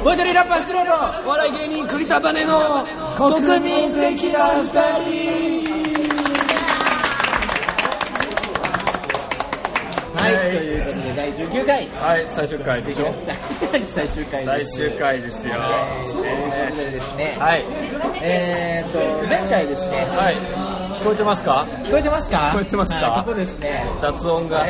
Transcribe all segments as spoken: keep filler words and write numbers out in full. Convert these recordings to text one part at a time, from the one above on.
ボイトリラッパーフクロウと笑い芸人栗田バネの国民的な二人。はい、はい、ということでだいじゅうきゅうかい、 はい、最終回でしょ。 最終回です。 最終回ですよ。 はい、ということでですね、 はい、 えーと前回ですね、 はい、聞こえてますか？ 聞こえてますか？ 聞こえてますか？ はい、ここですね、 雑音が、はい、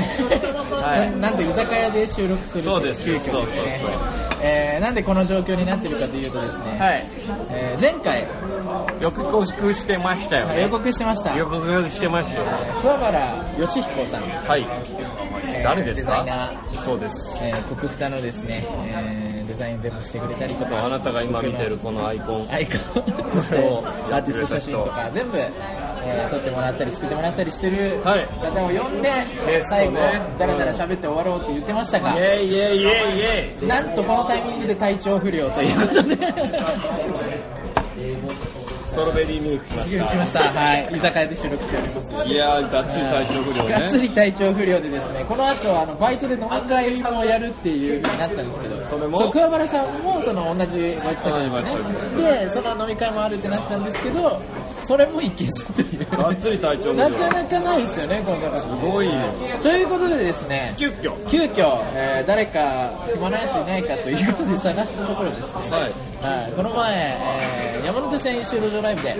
な, なんで居酒屋で収録するという急遽ですね。えー、なんでこの状況になっているかというとですね、 はい、 えー、前回予告してましたよね。 予告してました。 予告してましたよ。 桑原義彦さん。 はい。えー、誰ですか？ デザイナー。 そうです。 えー、国二のですね、えー、デザイン全部してくれたりとか。 あなたが今見てるこのアイコン。 アイコン。アーティスト写真とか全部、えー、撮ってもらったり作ってもらったりしてる方を呼んで、はい、最後だらだら喋って終わろうって言ってましたが、 イエイイエイイエイイエイ。 なんとこのタイミングで体調不良ということで。 ストロベリーミルク来ました。 来ました。はい。居酒屋で収録しております。 いやー、がっつり体調不良ね。 がっつり体調不良でですね、この後あのバイトで飲み会もやるっていう風になったんですけど、 それもそう桑原さんもその同じバイト先ですね。で、その飲み会もあるってなったんですけど、それもいけずという。 がっつり体調不な良。 かなかないですよね、こんなの。 すごい。 ということでですね、 急遽急遽、えー、誰か暇なやついないかということで探したところですね。 はい。 はい、この前、えー、山手線一周路上ライブで、はい、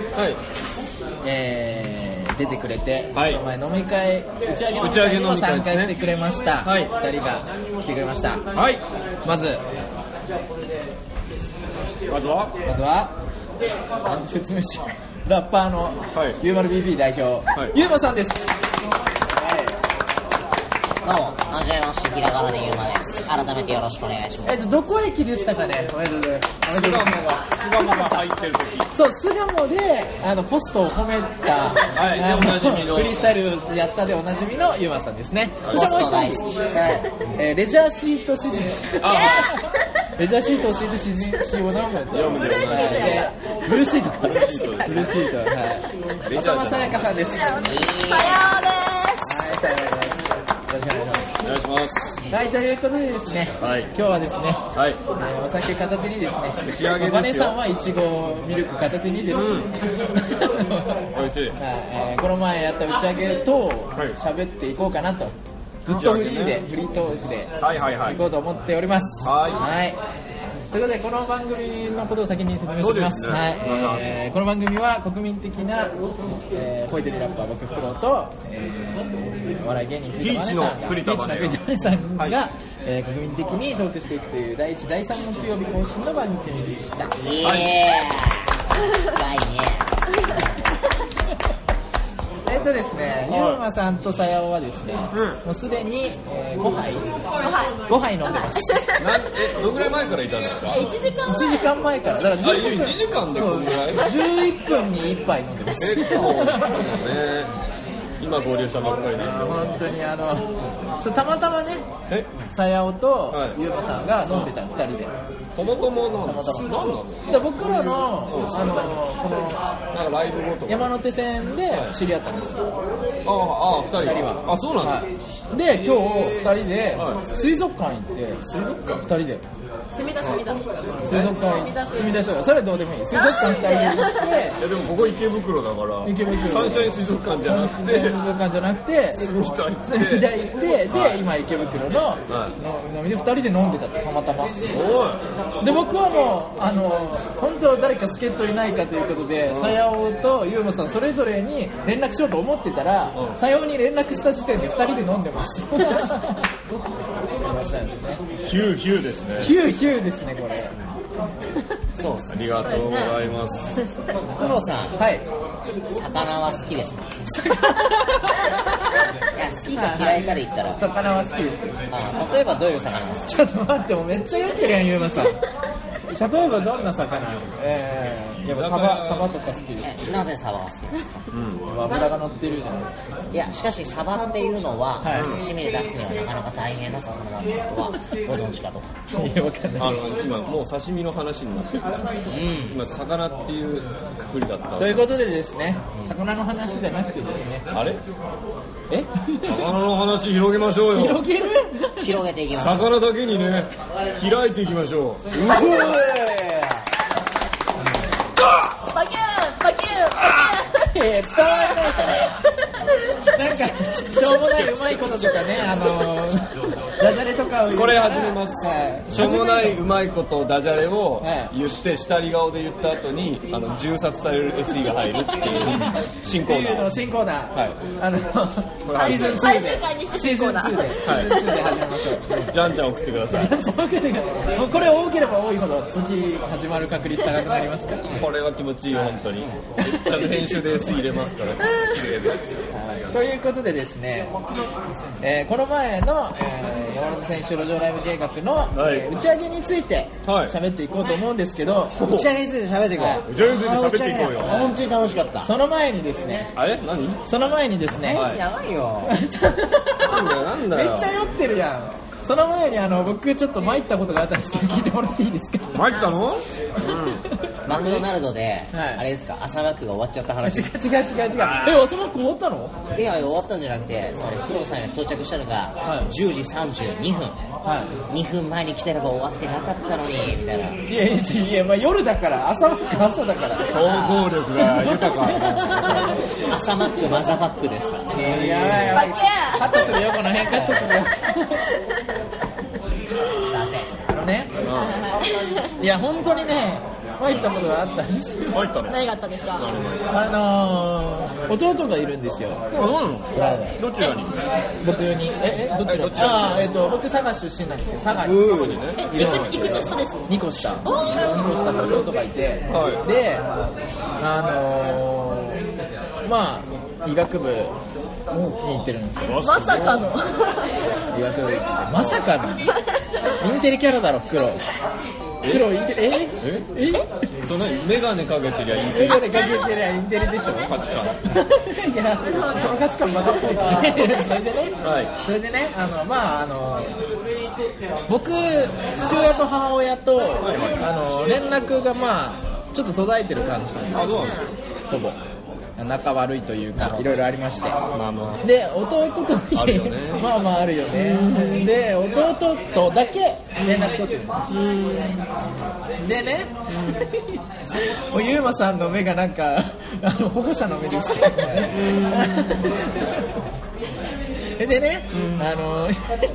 えー、出てくれて、はい、この前飲み会、打ち上げの飲み会にも参加してくれました。はい、ふたりが来てくれました。はい、まず、 まずはまずは、なんて説明しよう。ラッパーの、はい、ユーマル ビービー 代表、はい、ユーマさんです。はい、 どうも、はじめまして、ひらがなでユーマです。改めてよろしくお願いします。 えっと、どこ駅でしたかね。おめでとうございます。 巣鴨が、巣鴨が入ってる時。 そう、巣鴨で、あの、ポストを褒めた、 はい、でおなじみの。 フリースタイルやったでおなじみのユーマさんですね。 ポスト大好き。 はい。えー、レジャーシート詩人。あレジャーシートを教えて詩人、詩を読むと。 読むでございます。 ブルーシートか。 ブルーシート。 ブルーシート、はい。浅間さやかさんです。さようです。 はい、 さようです。よろしくお願いします。 お願いします。 はい、ということでですね、はい、今日はですね、はい、えー、お酒片手にですね、 打ち上げですよ。 バネさんはいちごミルク片手にですね、うん、 おいしい。 はい、えー、この前やった打ち上げと喋っていこうかなと、ずっとフリーで、ね、フリートークでいこうと思っております。はい、はい。ということでこの番組のことを先に説明しておきます。はい、えー、この番組は国民的な、えー、ポイトリーラッパー僕フクロウと、えー、お笑い芸人栗田バネさんが、 栗田バネさんが、はい、えー、国民的にトークしていくというだいいちだいさん木曜日更新の番組でした。 イエーイ、はいえっとですね、ユーマさんとさやおはですね、うん、もうすでに、えー、ごはいごはい飲んでます。 なんえどのぐらい前からいたんですか？ いちじかんまえ。 いちじかんまえからだからじゅういっぷん、 いちじかんでこのぐらい？ じゅういっぷんにいっぱい飲んでます。 結構ね。今合流したばっかりなんで本当にあのそうたまたまね、さやおとゆうまさんが飲んでたふたりでたまたまなんだ。 たまたま何なの？ で僕らの、うん、あのこのなんかライブごと山手線で知り合ったんですよ。 ああ、ああ、ふたりは。あ、そうなんだ。はい、 で今日ふたりで水族館行って水族館ふたりで墨田墨田水族館墨田そうそれはどうでもいい。水族館ふたりで行っていやでもここ池袋だから池袋サンシャイン水族館じゃなくて水族館じゃなくて墨田行って墨田行ってで、はい、今池袋の、はい、飲みでふたりで飲んでたたまたま。 すごい。 で僕はもうあの本当誰か助っ人いないかということでさやおとゆうまさんそれぞれに連絡しようと思ってたらさやおに連絡した時点でふたりで飲んでます。 ヒューヒューですね。 ヒューヒューですねこれ。 そう、ありがとうございます。 フクロウさん、 はい。 魚は好きですか？いや好きか嫌いかで言ったら、 魚は好きです。 あ、例えばどういう魚ですか？ ちょっと待って、もうめっちゃ読んでるやんゆうまさん。例えばどんな魚？えー、やっぱサバサバとか好きです。 なぜサバが好きですか？ うん、脂が乗ってるじゃないですか。 いやしかしサバっていうのは、はい、刺身で出すにはなかなか大変な魚だとはご存知かと。 いやわかんない。 あの今もう刺身の話になってるから、うん、今魚っていうくくりだった。 ということでですね、魚の話じゃなくてですね。 あれ？ え？ 魚の話広げましょうよ。 広げる？ 広げていきましょう。 魚だけにね開いていきましょう。うわーやいや伝わらないからなんかしょうもないうまいこととかねあのダジャレとかを言うこれ始めます、 はい、 しょうもないうまいことダジャレを言って下り顔で言った後にあの銃殺される エスイー が入るっていう新コーナー新コーナー、 はい、 あのシーズンツーでシーズンツーでシーズンツーで始めましょう。 じゃんじゃん送ってください。 じゃんじゃん送ってください。これ多ければ多いほど次始まる確率高くなりますから。 これは気持ちいいよ本当に。ちゃんと編集で エスイー 入れますから。 ということでですね、えー、この前の、えー、山本選手路上ライブ計画の、はい、えー、打ち上げについて喋っていこうと思うんですけど、 はい、打ち上げについて喋っていこう、はい、 打ち上げについて喋っていこうよ。 本当に楽しかった。 その前にですね、 あれ何その前にですね、 はい、やばいよなんだよなんだよめっちゃ酔ってるやん。その前にあの僕ちょっと参ったことがあったんですけど聞いてもらっていいですか。 参ったの？うん。 マクドナルドで、はい、あれですか、朝マックが終わっちゃった話。 違う違う違う違う。え、朝マック終わったの？ いや終わったんじゃなくて、それ黒さんが到着したのが、はい、じゅうじさんじゅうにふん。はい。にふんまえに来てれば終わってなかったのにみたいな。 いやいやいや、まあ夜だから朝マック朝だから。 想像力が豊か。 朝マックマザバックですからね。 やばいやばい。カットするよこの辺カットするよ。あのね、いや本当にね、参ったことがあったんですよ。 参ったの？ 何があったんですか？ あのー、弟がいるんですよ。 うん。どちらに？ 僕に、え、え、どちら？ああ、えっと僕佐賀出身なんですけど、佐賀に。 え、いくついくつ下です？ にこ下。にこ下の弟がいて、はい、で、あのー、まあ医学部に行ってるんですよ。 まさかの。 医学部まさかの。インテリキャラだろ、袋。袋インテリ、えええそのメガネかけてりゃインテリ。 メガネかけてりゃインテリでしょ。 価値観。 いや、その価値観またしてる。それでね、 はい、 それでね、あの、まあ、あの、僕、父親と母親と、あの、連絡がまあ、ちょっと途絶えてる感じなんですよ。ほぼ。仲悪いというかいろいろありまして、まあまあ、で弟とあるよねまあまああるよね。で弟とだけ連絡取ってるんでね、おゆうまさんの目がなんかあの保護者の目ですけどね。でね、うん、あの運の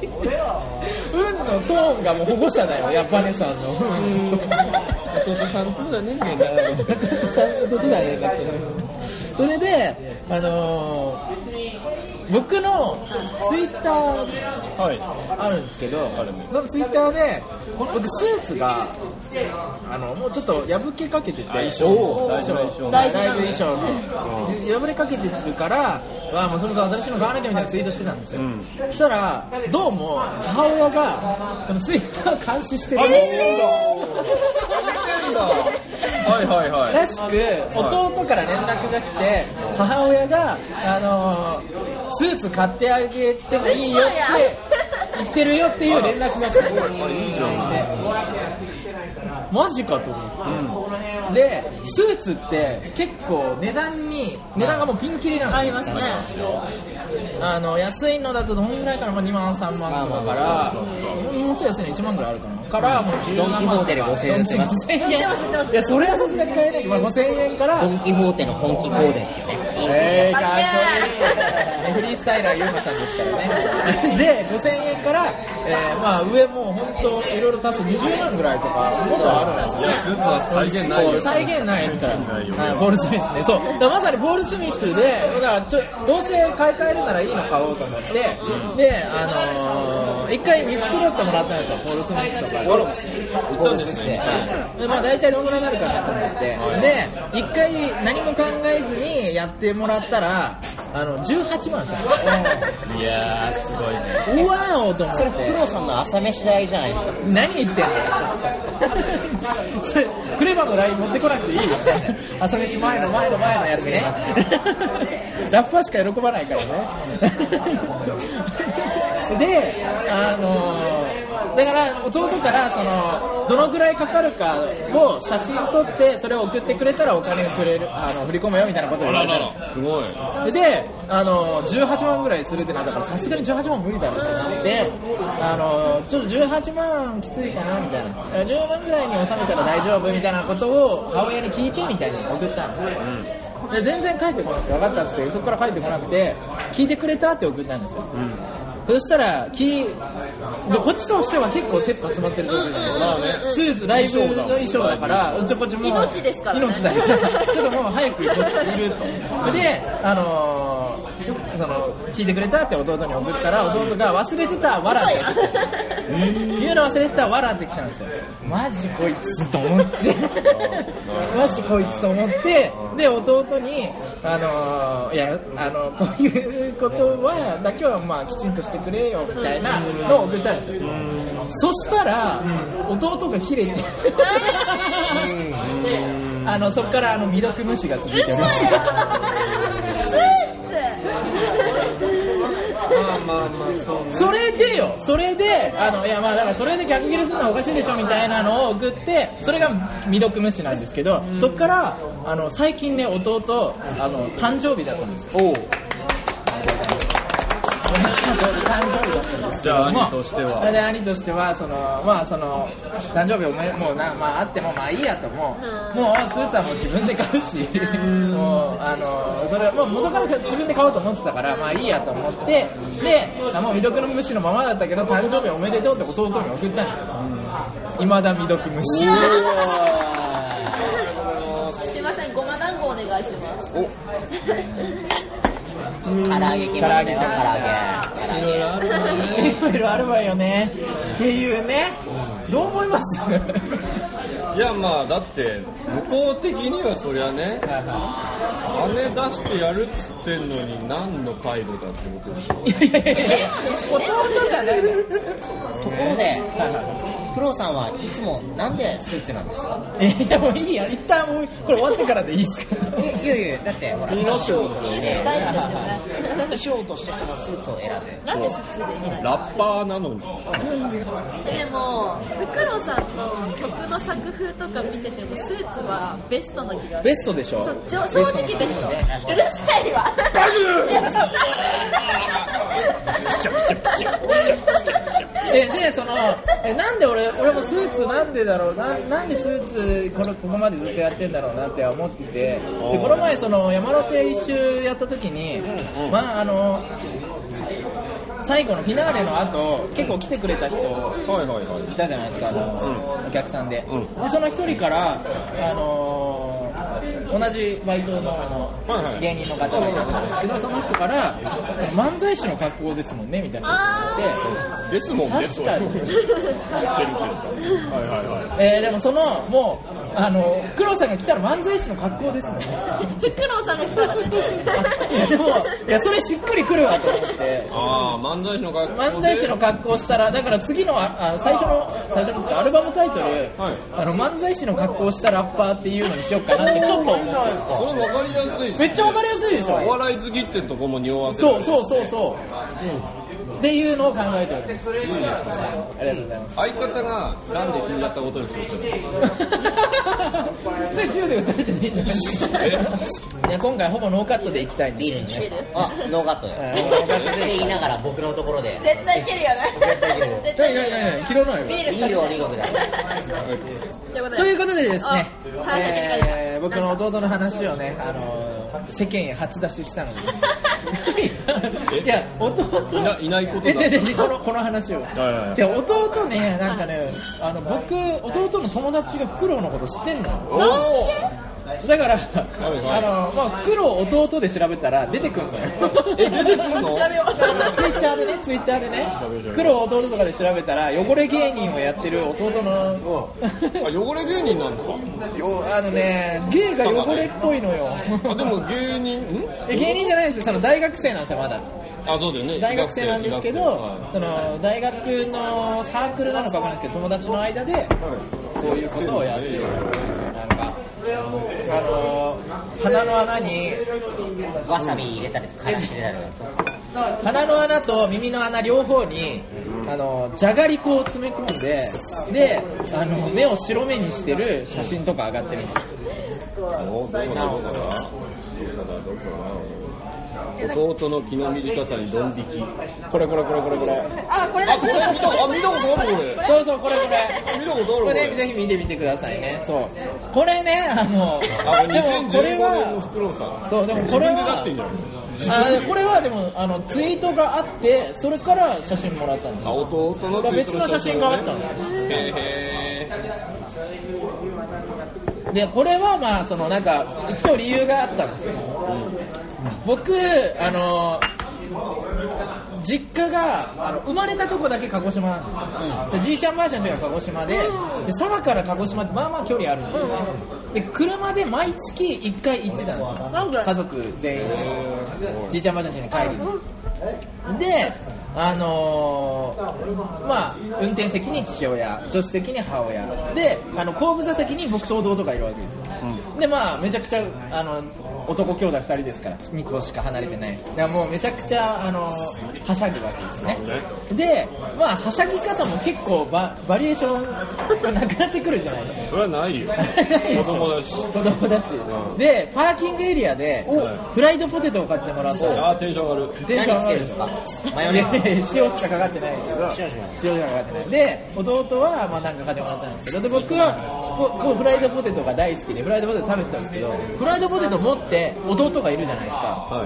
トーンがもう保護者だよ、やっぱねさんの弟さんとだね弟さん弟だねだってそれで、あのー、僕のツイッターあるんですけど、はい、そのツイッターで僕スーツがあのもうちょっと破けかけてて、 衣装ライブ衣装の破れかけてるからあもうそろそろ新しいの買わなきゃみたいなツイートしてたんですよ、うん、そしたらどうも母親がこのツイッター監視してる、えー、 はいはいはいらしく弟から連絡が来て母親が、あのー、スーツ買ってあげてもいいよって言ってるよっていう連絡が来ていいじゃんね、マジかと思って、うん、でスーツって結構値段に値段がもうピンキリなんですよ、ありますね。あの安いのだとどのぐらいかな、まあ、にまんさんまんとかからもっと安いのいちまんぐらいあるかなからもうドンキホーテでごせんえん売ってます。 いやそれはさすがに買えないけど、まあ、ごせんえんからドンキホーテの本気コーデですよね。 えー、かっこいいフリースタイラーゆうまさんですからね。でごせんえんから、えー、まあ上もう本当いろいろ足すにじゅうまんぐらいとかもっとあるんですよね。 スーツは再現ないよ。 再現ないですから、ポール・スミスね。そうだからまさにポール・スミスでだからちょどうせ買い替えるならいいの買おうと思って、であのー、一回見繕ってもらったんですよ、ポール・スミスとかで。 売ったんですね。 でまあ大体どのぐらいになるかなと思って、で一回何も考えずにやってもらったらあのじゅうはちまんしたんですよ。 いやーすごいね。 うわーと思って。 それ黒さんの朝飯代じゃないですか。 何言ってんの。それクレバの ライン 持ってこなくていいですよ。朝飯前の前の前のやつね。ラッパーしか喜ばないからね。で、あのー、だから弟からそのどのぐらいかかるかを写真撮ってそれを送ってくれたらお金をくれる、あの振り込むよみたいなことを言われたんですよ。 すごい。 で、あのじゅうはちまんぐらいするってなったからさすがにじゅうはちまん無理だろうってなって、あのちょっとじゅうはちまんきついかなみたいな、じゅうまんぐらいに収めたら大丈夫みたいなことを母親に聞いてみたいに送ったんですよ。うん、 で全然帰ってこなくて分かったっつってそこから帰ってこなくて聞いてくれたって送ったんですよ、うんそしたらきこっちとしては結構切羽詰まってる状況だけど、ね、スーツライブの衣装だからうちょこちょも命ですからね命だよちょっともう早くいるとで、あのー、その聞いてくれたって弟に送ったら弟が忘れてたわらって言うの忘れてたわらって来たんですよマジこいつと思ってマジこいつと思ってで弟にあのー、いやあのこういうことはだけはまあきちんとしてくれよみたいなのを送ったんですよそしたら弟が切れてあのそこからあの未読無視が続いておりますまあまあまあそうねそれでよそれであのいやまあだからそれで逆切れするのはおかしいでしょみたいなのを送ってそれが未読無視なんですけど、うん、そこからあの最近ね弟あの誕生日だったんですよおう誕生日だったんですけどじゃあ兄としてはで兄としてはそのまあその誕生日おめもうなまああってもまあいいやともうもうスーツはもう自分で買うしもうあのそれはもう元から自分で買おうと思ってたからまあいいやと思ってでもう未読無視のままだったけど誕生日おめでとうって弟に送ったんですよ未だ未読無視すいませんごま団子お願いしますお唐揚げ来ましたよ、唐揚げ。 いろいろあるわね。いろいろあるわよね。っていうね。どう思います？ いやまあだって向こう的にはそりゃね、金出してやるっつってんのに何の態度だってことでしょ。 いやいやいや弟じゃないの。 ところで、プロさんはいつもなんでスーツなんですか？ えいやもういいや一旦もうこれ終わってからでいいですか？ いやいやだってほら衣装として大事ですよね。 衣装としてそのスーツを選ぶ。 なんでスーツできない？ ラッパーなのに。 でもフクロウさんの曲の作風とか見ててもスーツはベストな気がする。 ベストでしょ？ そう正直ベスト。うるさいわ。 えでそのえなんで俺俺もスーツなんでだろうななんでスーツこのここまでずっとやってんだろうなって思っててでこの前その山手一周やった時にまああの最後のフィナーレの後結構来てくれた人いたじゃないですかあのお客さんででその一人からあの同じバイトのあの芸人の方がいらっしゃるんですけどその人から漫才師の格好ですもんねみたいなこと言ってですもんね確かにえー、でもそのもうあのフクロウさんが来たら漫才師の格好ですもんねフクロウさんが来たらねいやでもいやそれしっくりくるわと思ってああ漫才師の格好漫才師の格好したらだから次のあ最初の最初のアルバムタイトル、はい、あの漫才師の格好したラッパーっていうのにしようかなってちょっと思ってそれ分かりやすいめっちゃ分かりやすいでしょお笑い好きってとこも匂わせるそうそうそうそう、うんっていうのを考えております。いいですね。ありがとうございます。 相方がランで死んじゃったことにすると。 それ銃で撃たれてていいんじゃないですか。ね今回ほぼノーカットでいきたいんですよね。 ビールにしよう。あノーカットで。ノーカットで言いながら僕のところで。 絶対いけるよね。 絶対いける。 絶対いける。いや切らないよ。 ビールビールをにごくだ。 ということでですね、えー、僕の弟の話をねあの世間へ初出ししたので。いや弟い な, いないことだえ違う違うこのこの話を、はいはい、じゃあ弟ねなんかねあの僕弟の友達がフクロウのこと知ってんのだから、はいはい、あのまあフクロウ弟で調べたら出てくるのよえ出てくるの調べようツイッターでねツイッターでねフクロウ弟とかで調べたら汚れ芸人をやってる弟のあ汚れ芸人なんですかよあのね芸が汚れっぽいのよあでも芸人んえ芸人じゃないですよその大学生なんですよまだあそうだよね大学生なんですけど、はい、その大学のサークルなのかわからないですけど友達の間でそういうことをやってるんですよなんかあの鼻の穴にわさび入れたりからし入れたり鼻の穴と耳の穴両方にあのじゃがりこを詰め込んでであの目を白目にしてる写真とか上がってるんですよどこだどこだどこだどこだ弟の気の短さにドン引き。 これこれこれこれこれ。 あ、これだ。 あ、これ見た、あ、見たことあるこれ。 そうそう、これこれ。 見たことあるこれ。これれぜひ見てみてくださいね。そう。これね、あの、 あ、 でもこれは、 フクロウさん。 そう、でもこれは、 自分で出してんじゃん。 あ、これはでもあのツイートがあってそれから写真もらったんですよ。 あ、弟のツイートの写真、ね、 別の写真があったんですよ。 へー。でこれはまあそのなんか一応理由があったんですよ。うん、僕あの実家があの生まれたとこだけ鹿児島なんですよ。うん、でじいちゃんばあちゃんちが鹿児島で、で佐賀から鹿児島ってまあまあ距離あるんですよね。で車で毎月いっかい行ってたんですよ。家族全員でじいちゃんばあちゃんちに帰りに。であのー、まあ運転席に父親、助手席に母親で、あの後部座席に僕と弟がいるわけですよ。うん、でまあめちゃくちゃあの男兄弟ふたりですからにこしか離れてない。でもうめちゃくちゃあのはしゃぐわけですね。でまあはしゃぎ方も結構ババリエーションがなくなってくるじゃないですか。 それはないよ。子供だし。 子供だし。うん、でパーキングエリアでフライドポテトを買ってもらった。 あ、テンション上がる。 テンション上がるんですか。マヨネーズ塩しかかかってないけど、塩しかかかってない。で弟はまあなんか買ってもらったんですけど、で僕はこうフライドポテトが大好きでフライドポテト食べてたんですけど、フライドポテト持って弟がいるじゃないですか。はい、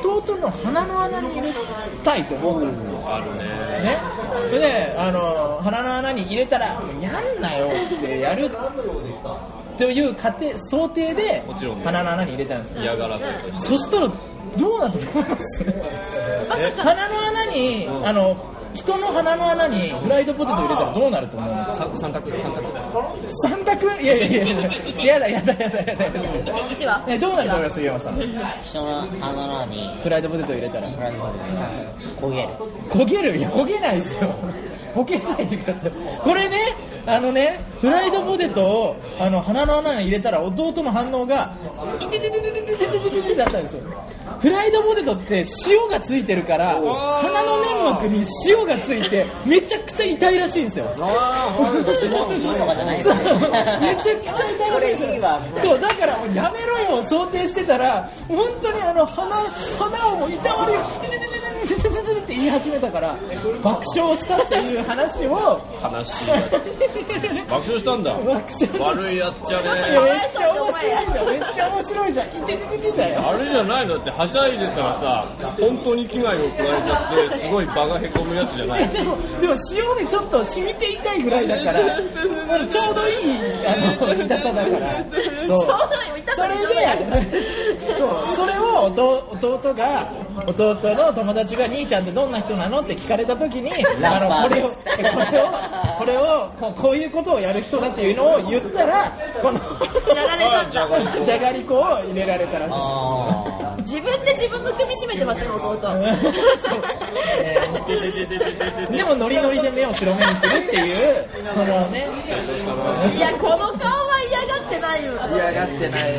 弟の鼻の穴に入れたいと思ったんですよ。 あるね。 ね。それであの鼻の穴に入れたらやんなよってやるという仮定想定で鼻の穴に入れたんですよ。 嫌がらせとして。 そしたらどうなったと思います鼻の穴に、うん、あの人の鼻の穴にフライドポテト入れたらどうなると思いますか。 三択三択三択いやいやいややだやだやだやだやだいちはね、どうなると思います岩間さん。 人の鼻の穴にフライドポテト入れたらフライドポテト焦げる焦げるいや焦げないですよ。ボケないでください。これね、あのね、フライドポテトをあの鼻の穴に入れたら弟の反応がイテテテテテテテテテテだったんですよ。フライドポテトって塩がついてるから鼻の粘膜に塩がついてめちゃくちゃ痛いらしいんですよ。 塩とかじゃないですね。 めちゃくちゃ痛いらしいんですよ。そうだからもうやめろよを想定してたら本当にあの鼻鼻をもういたわるよイテテテテテテテテって言い始めたから爆笑したっていう話を悲しい爆笑したんだ。 爆笑した悪いやつじゃねえ。 めっちゃ面白いじゃん。めっちゃ面白いじゃん。イテテテテだよ。 あれじゃないのだってはしゃいでたらさ本当に危害を加えちゃってすごい場がへこむやつじゃない。 でもでも塩でちょっと染みて痛いぐらいだからちょうどいいあの痛さだからそうそれでそうそれを弟, 弟が弟の友達が兄ちゃんってどんな人なのって聞かれた時にあのこれをこれをこれをこうこういうことをやる人だっていうのを言ったらこのじゃがりこを入れられたらしい。 自分で自分の首絞めてますね弟。 でもノリノリで目を白目にするっていうそのね。 いやこの顔は嫌がってないよ。 嫌がってない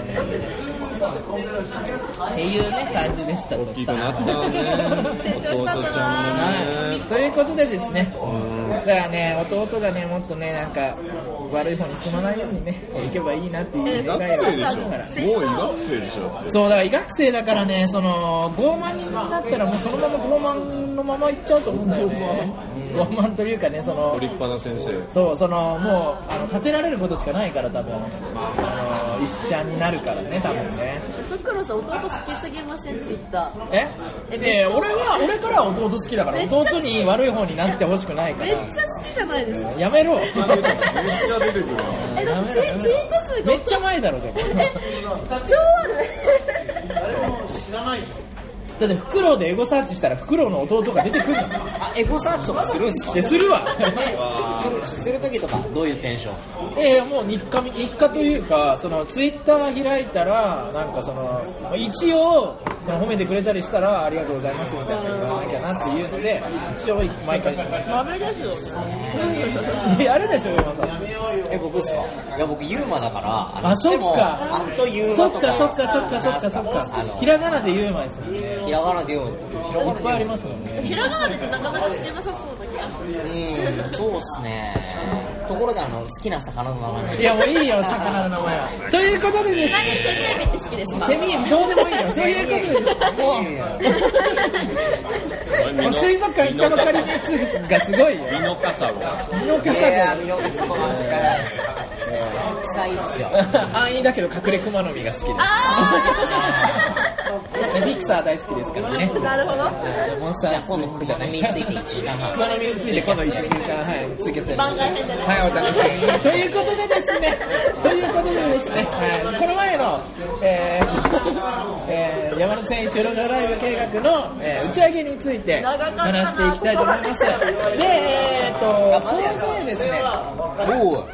っていうね感じでしたと。 大きくなったわね弟ちゃんもね、 はい、ということでですね、だからね弟がねもっとねなんか悪い方に進まないようにねいけばいいなっていう願いがあるからもう医学生でしょ。 そうだから医学生だからねその傲慢になったらもうそのまま傲慢のままいっちゃうと思うんだよね。傲慢というかねそのご立派な先生そうそのもうあの立てられることしかないから多分あの医者になるからね多分ね。 ふくろさん弟好きすぎませんツイッター。 ええ俺は俺からは弟好きだから弟に悪い方になってほしくないから。 めっちゃ好きじゃないですか。 やめろ。めっちゃ出てくるえだってツイート数めっちゃ前だろでも。 超ある。 知らないだってフクロウでエゴサーチしたらフクロウの弟が出てくるの。 あ、エゴサーチとかするんですか。 するわ。 する時とかどういうテンションですか。 えー、もう日課日課というかそのツイッター開いたらなんかその一応その褒めてくれたりしたらありがとうございますみたいな言わなきゃなっていうので一応毎回します。 ダメですよ。 やるでしょユーマさん。 え僕ですか。いや僕ユーマだからあそっかあとユーそっマとかかそっかそっかそっかそっかひらがなでユーマですよね。 ひらがなでユーマいっぱいありますもんね。 ひらがなでってなかなかつけなさそうな気がする。 うんそうっすね。 ところであの好きな魚の名前。 いやもういいよ魚の名前は。ということでですね。 何セミエビって好きですか？ セミエビどうでもいいよ。そういうことで。もう水族館行ったばかりのやつがすごいよ。 ミノカサゴ。 ミノカサゴ。 ミノカサゴしかない。臭いっすよ。 安易だけど隠れクマノミが好きです。ビクサー大好きですからね。 なるほど。 モンスター。 じゃあ今度クマノミについていちじかんはん。 クマノミについて今度いちじかんはい追加する。 番外編でね。 はい、お楽しみに。ということでですね。ということでですね。はい。この前のえーえー山手線収録ライブ計画の、えー、打ち上げについて話していきたいと思います。で、えーっと総勢ですね。おお。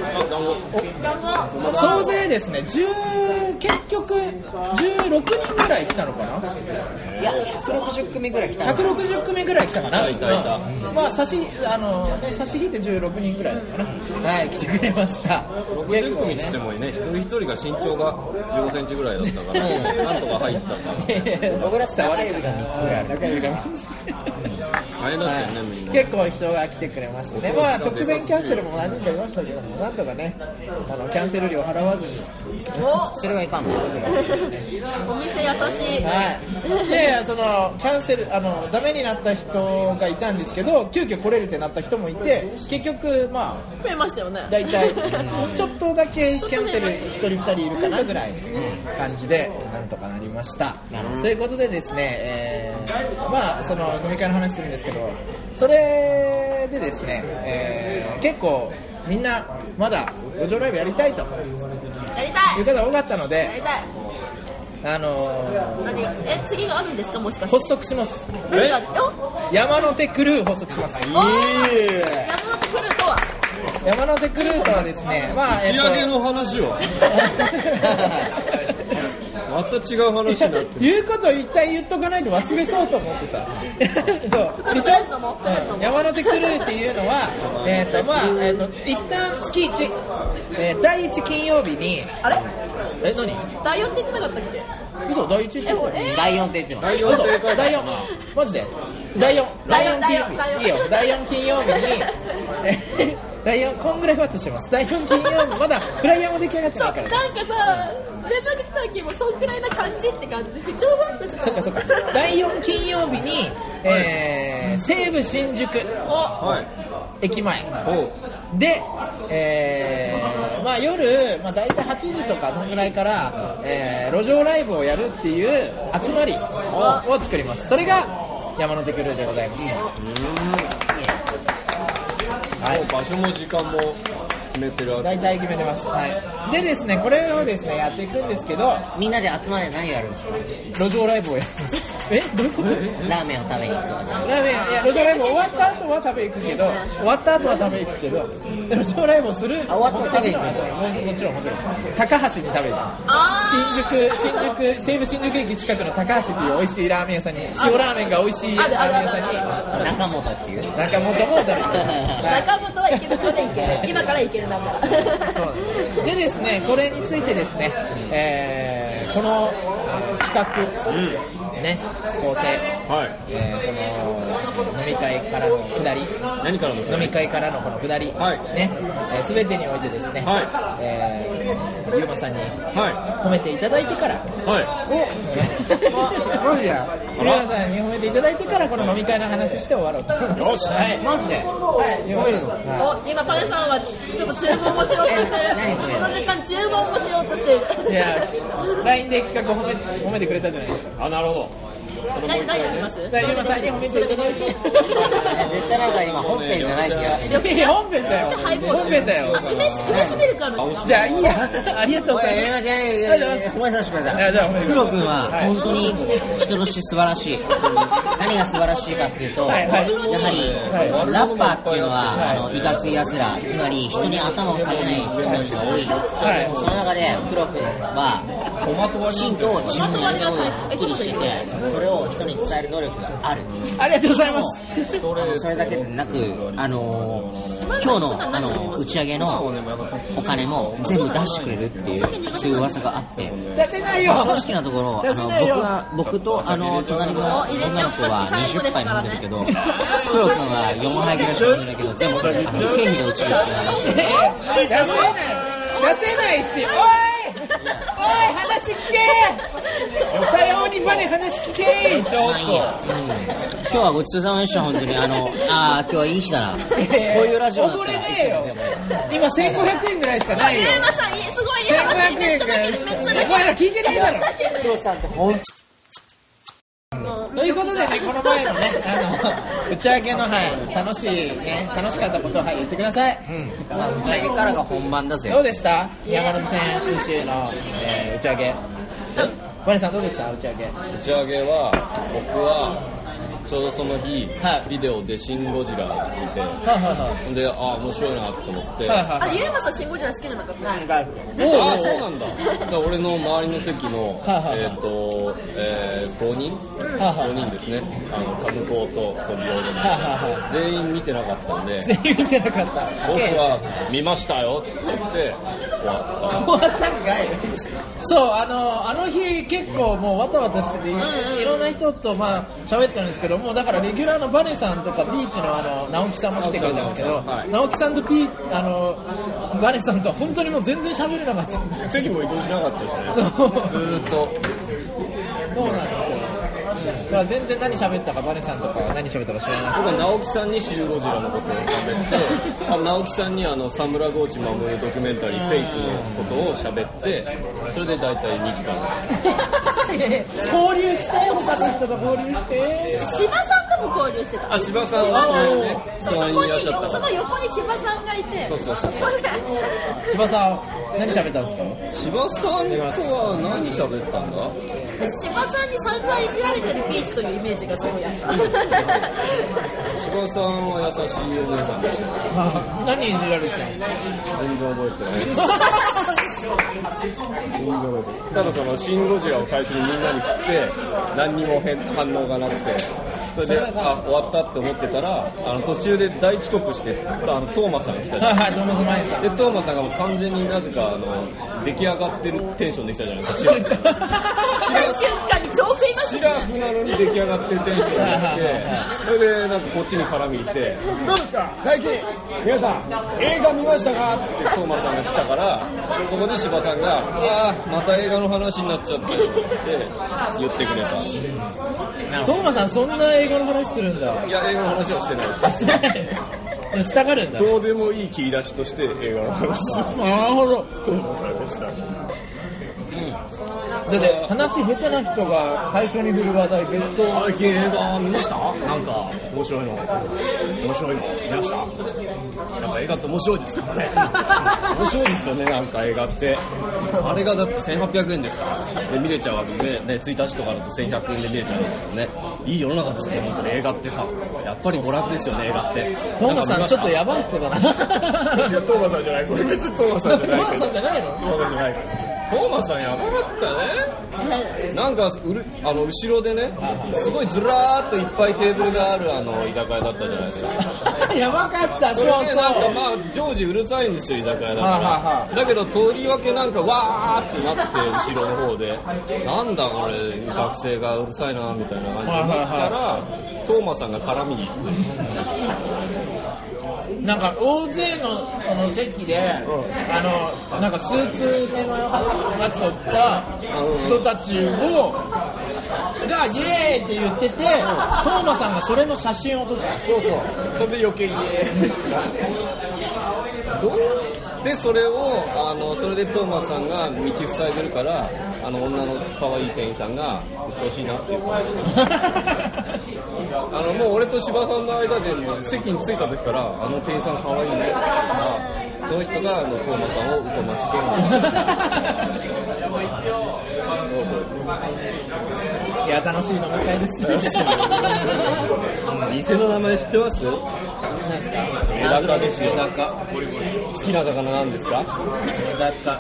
総勢ですね、じゅう結局じゅうろくにんぐらい来たのかな。 いやひゃくろくじゅっくみぐらい来た。 ひゃくろくじゅっくみぐらい来たかな。 いたいた。 まあ差しあのね差し引いてじゅうろくにんぐらいかな。はい、来てくれました。 ろくじゅっくみっつってもね、一人一人が身長がじゅうごセンチぐらいだったからなんとか入ったんだ。 僕らって中指がみっつぐらいある。 中指がみっつ。 大変だったよね、みんな。 結構人が来てくれましたね。まあ直前キャンセルも何人かいましたけども、なんとかね、あのキャンセル料払わずに。 お、 それはいかんの。 お店優しい。 はい。で、そのキャンセルあのダメになった人がいたんですけど、急遽来れるってなった人もいて、結局まあ増えましたよね。 だいたいちょっとだけキャンセル一人二人いるかなぐらい感じでなんとかなりました。ということでですね、えー、まあその飲み会の話するんですけど、それでですね、えー、結構みんなまだ路上ライブやりたいとやりたいいう方が多かったので、 やりたい。 あのー、 何がえ次があるんですか、もしかして。 発足します。 何がよ山手クルー発足します。 おー、山手クルーとは山手クルーとはですね、まあ、 打ち上げの話をまた違う話になってる。 言うこと一体言っとかないと忘れそうと思ってさそうでしょ。山手クルーっていうのはえっ、ー、とまあえっ、ー、と一旦月いち、えー、だいいち金曜日にあれえ何だいよんって言ってなかったっけ。 嘘だいいちって言ってた。 だいよんって言ってます。 だいよん嘘だいよんマジでだいよんだいよん金曜日いいよだいよん金曜日にだいよんこんぐらいふわっとしてます。だいよん金曜日まだフライヤーも出来上がってないから。 なんかさ連絡来た時もそんくらいな感じって感じで不調があったし。 そっかそっか。だいよん金曜日に、えー、西武新宿駅前で、えー、まあ夜、まあ、大体はちじとかそのぐらいから、えー、路上ライブをやるっていう集まりを作ります。それが山手クルーでございます。 はい、もう場所も時間も決めてるわけ。 大体決めてます。はい。でですね、これをですねやっていくんですけど、 みんなで集まって何をやるんですか。 路上ライブをやります。えどういうこと。 ラーメンを食べに行くとかじゃん。 ラーメンいや路上ライブ終わった後は食べ行くけど、終わった後は食べ行くけど、路上ライブをする。 あ終わったら食べ行くんですか。 ももちろんもちろん。高橋に食べ行きます。新宿新宿西武新宿駅近くの高橋っていう美味しいラーメン屋さんに、塩ラーメンが美味しいラーメン屋さんに中本っていう中本も食べ行きます。 中本は行けるまで行ける。今から行けるなんだ。 そうでですね、これについてですね、えー、この、えー、企画、うんね、構成、 はいえー、この飲み会からの下り、 何からの飲み会からのこの下り、 はいね、えー、全てにおいてですね、 はいえー、ゆうまさんには褒めていただいてから、 はい、 おマジやゆうまさんに褒めていただいてからこの飲み会の話して終わろうと。 よし、 はい、 マジではい、褒めるの、 はい、お今パネさんはちょっと注文もしようとしてる。その時間注文もしようとしてる。 いや ライン で企画を褒め褒めてくれたじゃないですか。 あ、なるほど。 何何やります？ ゆうまさんに褒めていただいて絶対なんか今本編じゃないってやつ。 いや本編だよ。本編だよ。 あ、梅し梅しめるから。 じゃあいいや。ありがとうございます。 褒めさせてください。 じゃあ褒めてください。 黒くんは本当に人として素晴らしい。何が素晴らしいかっていうと、やはりラッパーっていうのはあのいかつい奴ら、つまり人に頭を下げない人たちが多い。その中で黒くんはきちんと自分のやり方をはっきりしてて、それをを人に伝える能力がある。 ありがとうございます。 それだけでなく、あの今日のあの打ち上げのお金も全部出してくれるっていうそういう噂があって、 出せないよ。 正直なところ、あの僕は僕とあの隣の女の子はにじゅっぱい飲んでるけど、黒君はよんはいぐらいしか飲んでないけど、全部あの経費で打ち切るっていう話で。 出せない出せないし、おいおい話聞けさようにばね話聞けまあいいや、うん、今日はごちそうさまでした本当に。あのあ今日はいい日だな、こういうラジオだったら。 おごれねえよ今せんごひゃくえんぐらいしかないよ。 ゆうまさんすごいいい話めっちゃだけどめっちゃだけどお前ら聞いてないだろ。 黒さんって本ということでね、この前のね、あの打ち上げの、はい、楽しいね、楽しかったことを、はい、言ってください。 うん、まあ、打ち上げからが本番だぜ。 どうでした山手線宇宙の、えー、打ち上げ。バネさんどうでした打ち上げ。 打ち上げは僕はちょうどその日、はい、ビデオでシン・ゴジラ見て、はいはい、で、ああ面白いなと思って、はいはいはい、 あ、ゆうまさんシン・ゴジラ好きじゃなかった？ああ、そうなんだ。だから俺の周りの席の、えっと、えー、ごにん、ごにんですね。あのカムコと小ビオで全員見てなかったんで、 全員見てなかった。 僕は見ましたよって言って終わった。 終わったんかい。そう、あのあの日結構もうわたわたしてて、い, いろんな人とまあ喋ったんですけど。もうだからレギュラーのバネさんとかビーチのあの直樹さんも来てくれたんですけど、はい、直樹さんとピーあのバネさんとは本当にもう全然喋れなかったんです。 席も移動しなかったですね。ずーっと。 そうなんですよ。だから全然何喋ったかバネさんとか何喋ったか知らない。 僕は直樹さんにシン・ゴジラのことを喋って、あ直樹さんにあのサムラゴーチ守るドキュメンタリーフェイクのことを喋って、それで大体にじかんぐらい。 交流して他の人と交流して。 柴さんとも交流してた。 あ、柴さんはね、隣にいらっしゃったから。 その横に柴さんがいて。 そうそうそう。 柴さん何喋ったんですか？ 柴さんとは何喋ったんだ？ 柴さんに散々いじられてるビーチというイメージがすごいあった。 柴さんは優しいお姉さんでした。 何いじられてるんですか？ 全然覚えてない。全然覚えてない。ただそのシン・ゴジラを最初にみんなに振って何にも反応がなくて、それであ終わったって思ってたら、あの途中で大遅刻してあのトーマさんが来たじゃないですか。 トーマス前さんでトーマさんがもう完全になぜかあの出来上がってるテンションできたじゃないですか。 瞬間に超食いました。 シラフなのに出来上がってるテンションが来て、それでなんかこっちに絡みに来て、どうですか最近皆さん映画見ましたかってトーマさんが来たから、そこで柴さんがああまた映画の話になっちゃってって言ってくれた。 トーマさんそんな映画の話するんだ。 いや映画の話はしてないです。 したがるんだ。 どうでもいい切り出しとして映画の話を。 なるほど。 トーマさんでした。 それで話下手な人が最初に振る話題ベスト。 最近映画見ました？なんか面白いの面白いの見ました？なんか映画って面白いですからね。面白いですよね。なんか映画ってあれがだってせんはっぴゃくえんですからで見れちゃうわけで、ね、ついたちとかだとせんひゃくえんで見れちゃうんですよね。いい世の中ですよね。本当に映画ってさやっぱり娯楽ですよね。映画ってトーマさんちょっとヤバい人だな。 違うトーマさんじゃない。これ別にトーマさんじゃない。 トーマさんじゃないの？ トーマさんじゃないから。トーマさんやばかったね。なんかうるあの後ろでね、すごいずらーっといっぱいテーブルがあるあの居酒屋だったじゃないですか。 やばかった。そうそう。 それでなんかまあ常時うるさいんですよ居酒屋だから。はははだけどとりわけなんかわーってなって後ろの方で、なんだこれ学生がうるさいなみたいな感じになったら、トーマさんが絡みに行って。 なんか大勢のその席で、うん、あのなんかスーツ目のやつを着た人たちをがイエーイって言ってて、トーマさんがそれの写真を撮った。 そうそう。それで余計イエーイ。どうでそれをあのそれでトーマさんが道塞いでるから、あの女の可愛い店員さんがうっとうしいなって言ってました。あのもう俺と柴さんの間でも席に着いた時からあの店員さん可愛いねって言ったら、その人があのトーマさんを疎ましいや楽しい飲み会ですね。 店の名前知ってます？ 何ですか？ メダカですよ。 メダカ。 好きな魚なんですか？ メダカ。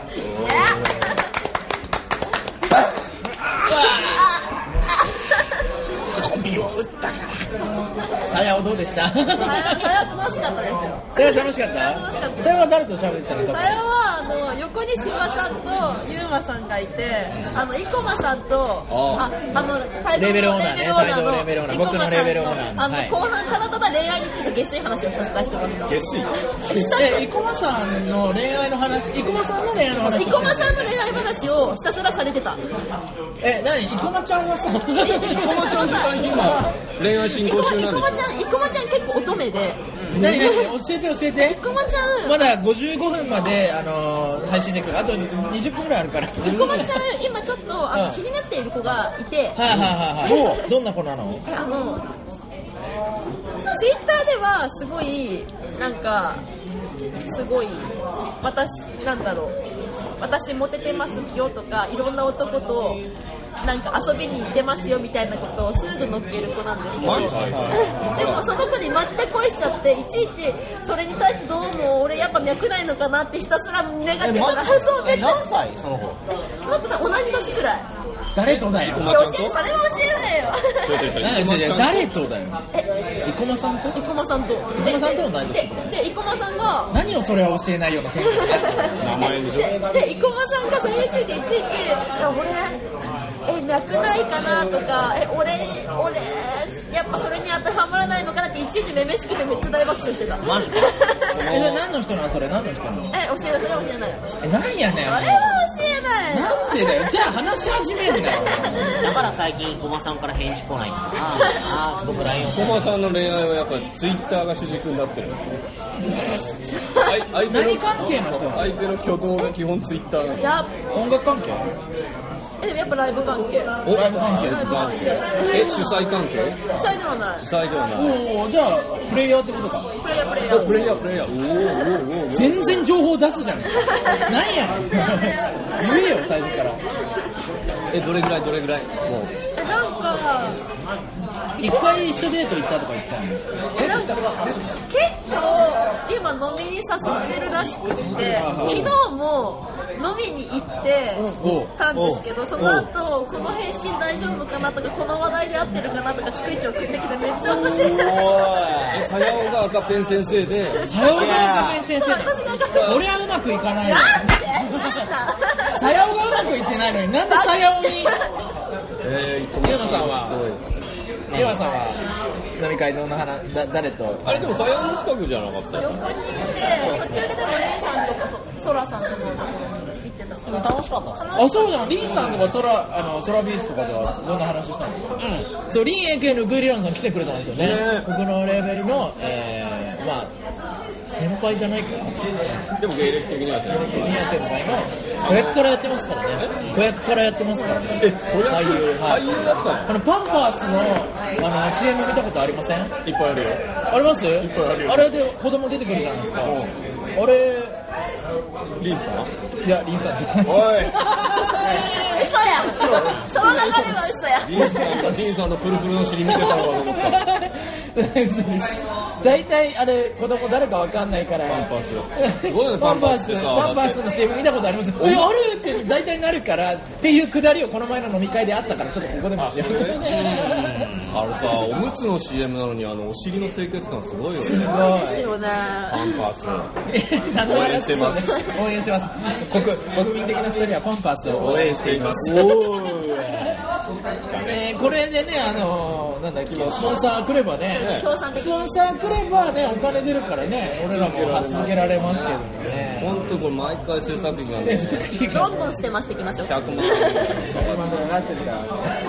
さやおどうでした？ さや楽しかったですよ。 さや楽しかった？さやは誰と喋ってたの？ さやはあの横に柴さんとゆうまさんがいて、あの生駒さんとああのレベルオーナーね、帯同レベルオーナー、僕のレベルオーナー、 あの後半ただただ恋愛について下水話をひたすらしてました。 下水？ え、生駒さんの恋愛の話、生駒さんの恋愛の話、 生駒さんの恋愛話をひたすらされてた。 え、何？生駒ちゃんはさ、生駒ちゃんって最近今恋愛進行中なんでしょ？ 生駒ちゃん、生駒ちゃん結構乙女で。 何何教えて教えて。 生駒ちゃんまだごじゅうごふんまで、あのー、配信できる。あとにじゅっぷんぐらいあるから。 生駒ちゃん今ちょっとあの、うん、気になっている子がいて、はいはいはいはい。どんな子なの？ あのツイッターではすごいなんかすごい私なんだろう私モテてますよとかいろんな男となんか遊びに行ってますよみたいなことをすぐ乗っける子なんですけど、でもその子にマジで恋しちゃっていちいちそれに対してどうも俺やっぱ脈ないのかなってひたすらネガティブなそうめっちゃ何歳その子？ その子同じ年ぐらい。 誰とだよ。 教えそれは教えないよ。 誰とだよ。え、生駒さんと？ 生駒さんと。 生駒さんとの何でで、で、生駒さんが何をそれは教えないようなテンション。 名前でしょ。 で、で、生駒さんがそれについていちいち俺え脈ないかなとかえ俺俺やっぱそれに当てはまらないのかなっていちいちめめしくてめっちゃ大爆笑してた。 マジで？ え、何の人なのそれ？何の人なの？ え、教えない、それは教えない。 え、何やねん。 あれは教えない。 なんでだよ。じゃあ話し始めんだよ。 だから最近駒さんから返事来ないんだ。ああ、僕ラインを。 駒さんの恋愛はやっぱりツイッターが主軸になってるんですよ。 何関係の人？ 相手の挙動が基本ツイッター。 いや、 音楽関係？ え、でもやっぱライブ関係。 お、ライブ関係。ライブ関係。え、主催関係？ 主催ではない。 主催ではない。 おお、じゃあプレイヤーってことか。 プレイヤープレイヤー。 プレイヤープレイヤー。おおおお。 全然情報出すじゃん。なんやねん。言えよ最初から。 え、どれぐらいどれぐらい？もう。 え、なんか一回一緒デート行ったとか言ったの？ え、なんか結構今飲みに誘ってるらしくて、昨日も飲みに行ってたんですけど、その後この返信大丈夫かなとかこの話題で合ってるかなとか逐一送ってきてめっちゃ私え、さやおが赤ペン先生でさやおが赤ペン先生でそりゃうまくいかないよ。さやおがうまくいってないのになんでさやおにえー、 ゆうまさんはゆうまさんは飲み会どんな話だ誰とあれでもさやおの近くじゃなかった？ 横にいて途中ででもレイさんとかそらさんとか見てた。 楽しかった。 あ、そうじゃん。リンさんとかソラあのソラビースとかではどんな話したんですか？うん。そうリンエイケのグイリランさん来てくれたんですよね。ね僕のレベルの、えー、まあ先輩じゃないかでも芸歴的には先輩芸歴的には先輩の子役からやってますからね。子役からやってますからね。 え、子役？俳優、はい、俳優だったの？ このパンパースのあの シーエム 見たことありません？ いっぱいあるよ。 あります？ いっぱいあるよ。 あれで子供出てくるじゃないですか。あれリンさん？ いや、リンさんじゃない。 おい嘘やその流れは嘘や。 リンさん、リンさんのプルプルの尻見てたのかと思った。 嘘です。大体あれ子供誰かわかんないからパンパースすごいね。パンパースってさパンパースの シーエム 見たことあります。え、あるって大体なるからっていうくだりをこの前の飲み会であったからちょっとここでもしてる。 あのさ、おむつの シーエム なのにあのお尻の清潔感すごいよね。 すごいですよね。 パンパース応援してます。応援してます。国国民的なふたりはパンパースを応援しています。おえー、これでね、あのー、なんだっけ、スポンサー来ればね、スポンサー来ればね、お金出るからね、俺らも続けられますけどね。 本当これ毎回制作費なんで、 ね、どんどん捨てましていきましょう。 ひゃくまん。 ひゃくまんぐらい上がってるから。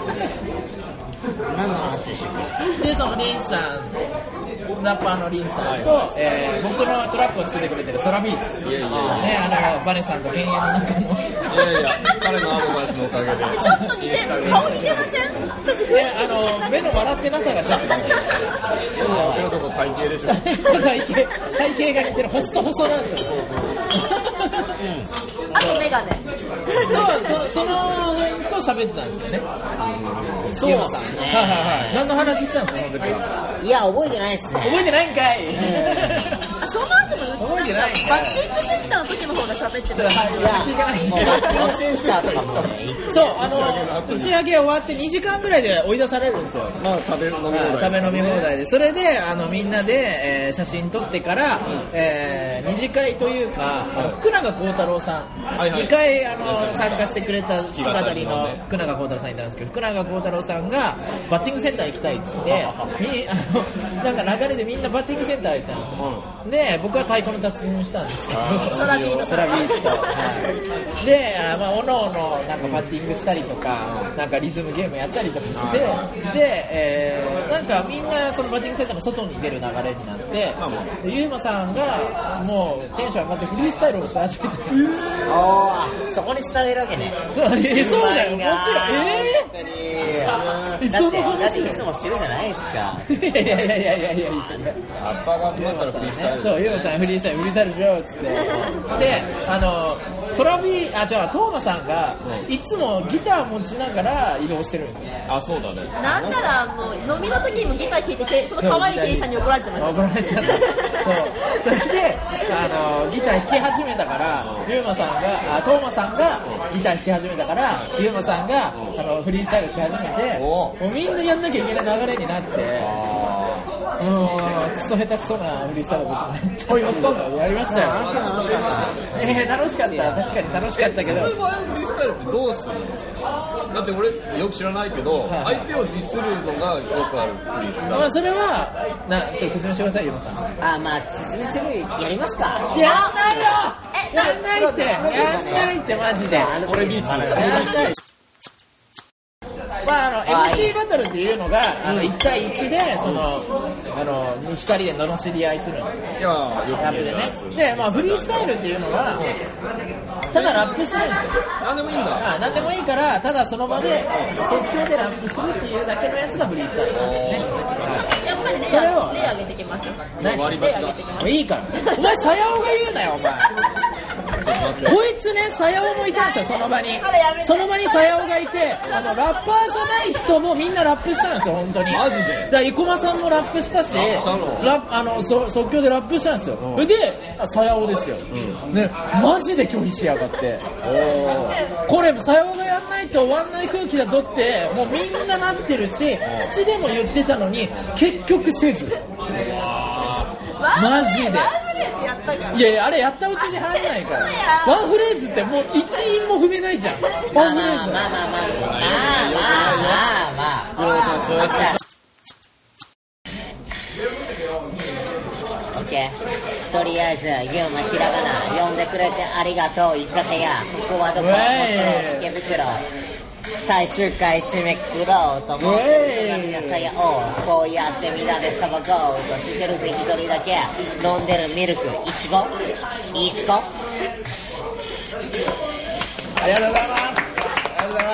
何の話でしたっけ？で、そのリンさん、ラッパーのリンさんと、はいはい、えー、僕のトラックを作ってくれてるソラビーツ。いやいやね、あのバネさんと犬猿の中の。 いやいや、彼のアドバイスのおかげで。 ちょっと似てる。顔似てません？ ね、あの目の笑ってなさがちょっと。 目の笑ってなさと体型でしょ。 体型、体型が似てる。細細なんですよ。 あとメガネ。 そその辺と喋ってたんですよね。 そうですね。 はいはいはい。何の話したんですかその時は。 いや覚えてないですね。 覚えてないんかい。 あ、その後の打覚えてない。 バッティングセンターの時の方が喋ってる。 いや、もうバッティングセンターとかもね。 そう、あの打ち上げ終わってにじかんぐらいで追い出されるんですよ。 まあ食べ飲み放題。 食べ飲み放題で、それであのみんなで、えー、写真撮ってから、えー、二次会というか、あの福永幸太郎さん、はいはい、にかいあの参加してくれた弾き語りの福永幸太郎さんいたんですけど、福永幸太郎さんがバッティングセンター行きたいっつってみあのなんか流れでみんなバッティングセンター行ったんですよ、うん、で僕は太鼓の達人したんですけどソラビートソラビート、はい、であ、まあ、おのおのなんかバッティングしたりとかなんかリズムゲームやったりとかしてで、えー、なんかみんなそのバッティングセンターの外に出る流れになってゆうまさんがもうテンション上がってフリースタイルをし始めてああそこに伝えるわけねそう、えー、そうだよもちろんえー、だってだっていつもしてるじゃないですかいやいやいやいやいやいやアッパーが集まったらフリースタイル、 そう、ゆうまさんフリースタイルフリースタイルしようっつってで、あのソラビあ、じゃあトーマさんがいつもギター持ちながら移動してるんですよ。 あ、そうだね。 なんならもう飲みの時にもギター弾いててその可愛い店員さんに怒られてました。 怒られてた。そう。それであのギター弾き始めたからゆうまさんがあトーマさんがギター弾き始めたからゆうまさんがあのフリースタイルし始めてもうみんなやんなきゃいけない流れになって。うん、クソ下手くそなフリースタイル僕もやったんだやりましたよ。楽しかった。えー、楽しかった。確かに楽しかったけど。 その場合フリースタイルってどうするんですか？だって俺よく知らないけど、はい、相手をディスるのがよくあるフリースタイル。 まあそれはな、ちょっと説明してくださいよ、さん。 あ、まあ説明するやりますか？ やんないよ。やんないって。やんないってマジで。 俺ビーツ。やんない。まあ、あの エムシー バトルっていうのがあのいち対いちでそのあのふたりで罵り合いするのいやラップでねで、まあ、フリースタイルっていうのはただラップするんですよ。 何でもいいんだ。 あ何でもいいからただその場で即興でラップするっていうだけのやつがフリースタイルなんですね。 やっぱり例例上げてきましょう。 割り箸だ。 いいからお前さやおが言うなよお前こいつね、さやおもいたんですよ、その場に。その場にさやおがいて、あの、ラッパーじゃない人もみんなラップしたんですよ、本当に。 マジでだから、生駒さんもラップしたし、ラップ、あの、そ即興でラップしたんですよ。うん、で、さやおですよ、うん。ね、マジで拒否しやがって。おこれ、さやおがやんないと終わんない空気だぞって、もうみんななってるし、口でも言ってたのに、結局せず。マジで。いやいやあれやったうちに入んないからワンフレーズってもう一音も踏めないじゃん。ワンフレーズまあまあまあまあまあまあまあ袋さんそうやってオッケーとりあえずユーマひらがな呼んでくれてありがとう居酒屋ここはどこもちろん池袋最終回締めくくろうと思ってる皆さやをこうやってみんなで騒ごうとしてるぜ一人だけ飲んでるミルクいちごいちごありがとうございますありがとうござい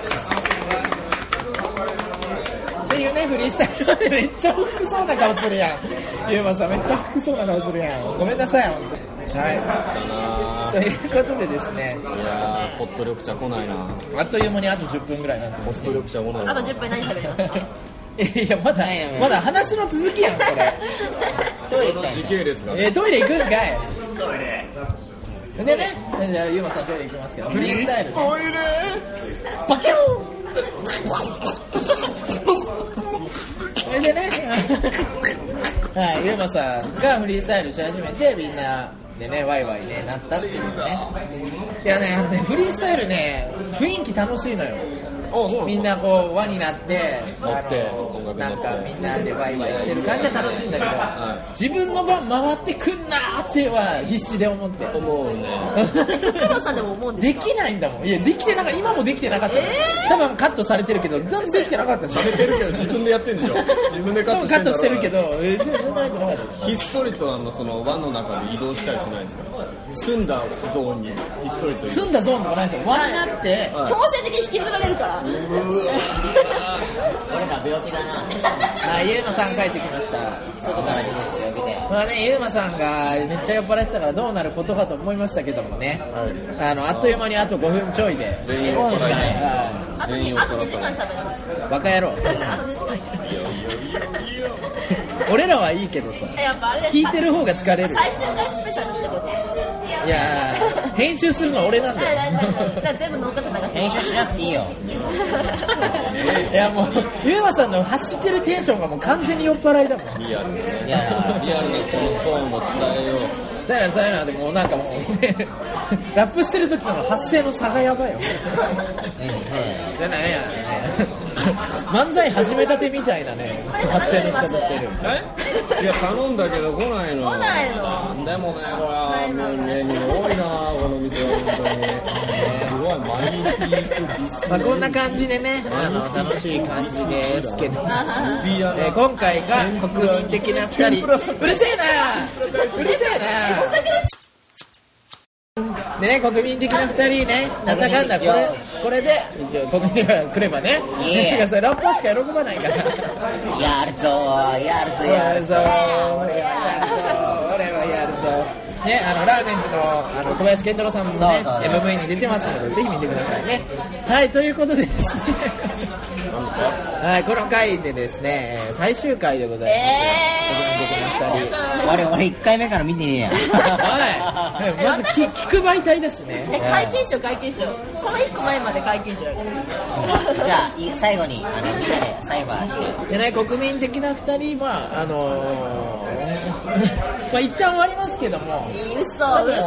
ますっていうねフリースタイルでめっちゃ低そうな顔するやんゆうまさんめっちゃ低そうな顔するやんごめんなさい本当にはい、ということでですねいやーホット緑茶来ないなあっという間にあとじゅっぷんぐらいなんてホット緑茶来ないあとじゅっぷん何食べますかいやまだまだ話の続きやんこれトイレ行きたい時系列がえー、トイレ行くんかいトイレでねじゃあゆうまさんトイレ行きますけどフリースタイルトイレバキューそれでねはいゆうまさんがフリースタイルし始めてみんなでねワイワイねなったっていうねいやねあのねフリースタイルね雰囲気楽しいのよみんなこう輪になってあのなんかみんなでワイワイしてる感じは楽しいんだけど、はい、自分の番回ってくんなーっては必死で思って思うね黒さんでも思うんですかできないんだもんいやできてなかった今もできてなかった、えー、多分カットされてるけど全然できてなかったされてるけど自分でやってんでしょ自分でカットしてカットしてるけど全然入ってなかったひっそりとあのその輪の中で移動したりしないですか澄んだゾーンにひっそりと澄んだゾーンとかないですよ輪になって、 はい、強制的に引きずられるからうわ俺ら病気だなはいゆうまさん帰ってきました外から出てって呼びでまあねゆうまさんがめっちゃ酔っ払ってたからどうなることかと思いましたけどもね、はい、あのあっという間にあとごふんちょいで全員酔っ払います全員酔っ払いますバカ野郎いやいやいやいや俺らはいいけどさ、 やっぱあれ聞いてる方が疲れる。 最終回スペシャルってこと？ いやー、編集するのは俺なんだよ。 全部乗っかって流して編集しなくていいよ。 いやもうゆうまさんの発してるテンションがもう完全に酔っ払いだもん。 リアルにね。リアルなそのトーンも伝えよう。 そうやなそうやな。でもなんかもうねラップしてる時との発声の差がやばいよ。じゃないや漫才始めたてみたいなね発声の仕方してる。 え？いや頼んだけど来ないの。 来ないの。 なんでもねこれはもうメニュー多いなこの店は本当に。すごい毎日行くビス。 まあこんな感じでねあの楽しい感じですけど、えー、今回が国民的なふたり。うるせえなうるせえなでね、国民的なふたりね、なんだかんだこれこれで一応国民が来ればね、なんかそれラッパーしか喜ばないから。 やるぞやるぞやるぞ俺はやるぞ俺はやるぞね、あのラーメンズのあの小林健太郎さんもね エムブイ に出てますのでぜひ見てくださいね。はいということでですねはいこの回でですね最終回でございます。国民的なふたり。 俺俺いっかいめから見てねえや。 はいまず聞く媒体だしね。 え会見しよう会見しよう。このいっこまえまで会見しよう。 じゃあ最後にあのみんなでサイバーして。 でね国民的なふたりまああのー、まあ一旦終わりますけども。 嘘嘘嘘。お願い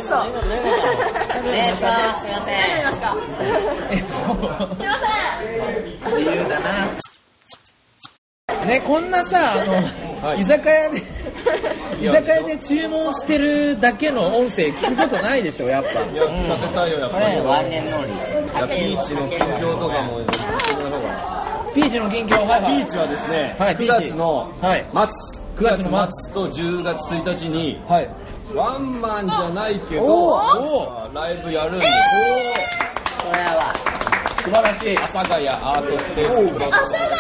します。すみません。 何やりますか。すみません。 自由だな。ねこんなさあの、はい、居酒屋で居酒屋で注文してるだけの音声聞くことないでしょやっぱ。いや聞かせたいよやっぱり。 これワンネンノーリー。ピーチの近況とかもピーチの近況はいはい。 ピーチはですね、 はい、 くがつの末、はい、 くがつの末とじゅうがつついたちに、 はい、 ワンマンじゃないけどライブやるんです。 これは素晴らしい。 阿佐ヶ谷アートステージ。 阿佐ヶ谷。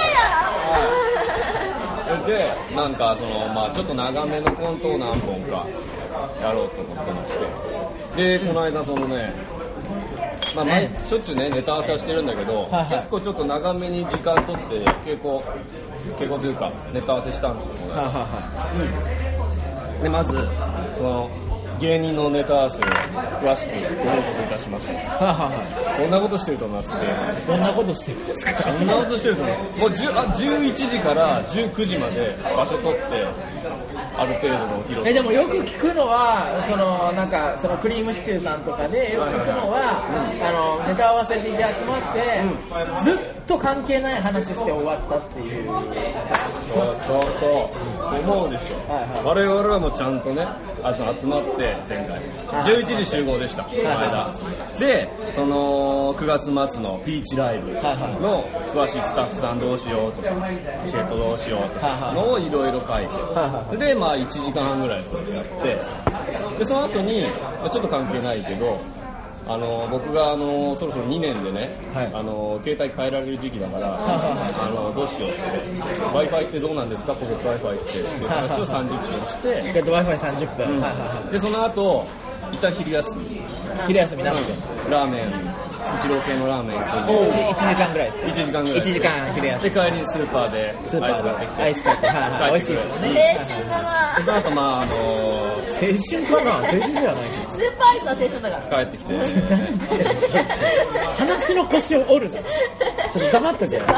でなんかそのまあちょっと長めのコントを何本かやろうと思ってまして、でこの間そのね、まあ毎しょっちゅうねネタ合わせはしてるんだけど、はいはい、結構ちょっと長めに時間取って稽古稽古というかネタ合わせしたんですよね。はいはいはい、でまずこの芸人のネタ合わせを詳しくご報告いたします。はははどんなことしてると思います？ どんなことしてるんですか？ どんなことしてると思います？もうじゅうあじゅういちじからじゅうくじまで場所取ってある程度の広さ。 えでもよく聞くのはそのなんかそのクリームシチューさんとかでよく聞くのは、あのネタ合わせで集まって、うん、ずっと関係ない話して終わったっていう。 そうそうそう思うでしょ。はいはい、我々はもうちゃんとねあその集まって前回じゅういちじ集合でした。この間でそのくがつ末のピーチライブの詳しいスタッフさんどうしようとかチケットどうしようとかのをいろいろ書いて、でまあいちじかんはんぐらいそれやって、でその後にちょっと関係ないけどあの僕があのそろそろにねんでね、はい、あの携帯変えられる時期だから、あのどうしようって Wi-Fi ってどうなんですかポケット Wi-Fi ってっていう話をさんじゅっぷんしてポケット Wi-Fiさんじゅっぷん、うんはいはい、 でその後一旦昼休み昼休みなので、 うん、ラーメン一郎系のラーメン食いにいちじかんぐらいですか？ いちじかんぐらいいちじかん昼休みで帰りにスーパーでスーパーでアイス買ってはいはい美味しいですもんね。青春かな。 その後まああのー、 青春かな青春ではないけどスーパーアイスは青春だから帰ってきて話の腰を折るなちょっと黙っとけよはい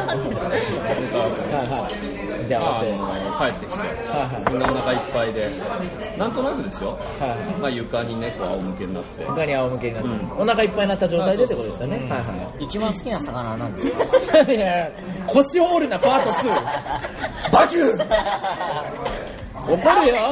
はいで合わせ、 まあ、帰ってきて、はいはい、みんなお腹いっぱいでなんとなくですよ、はいはいまあ、床にねこう仰向けになって床に仰向けになって、うん、お腹いっぱいになった状態でってことですよね、はいはい、一番好きな魚は何ですか？ いや腰を折るなパートツーバキュー怒るよ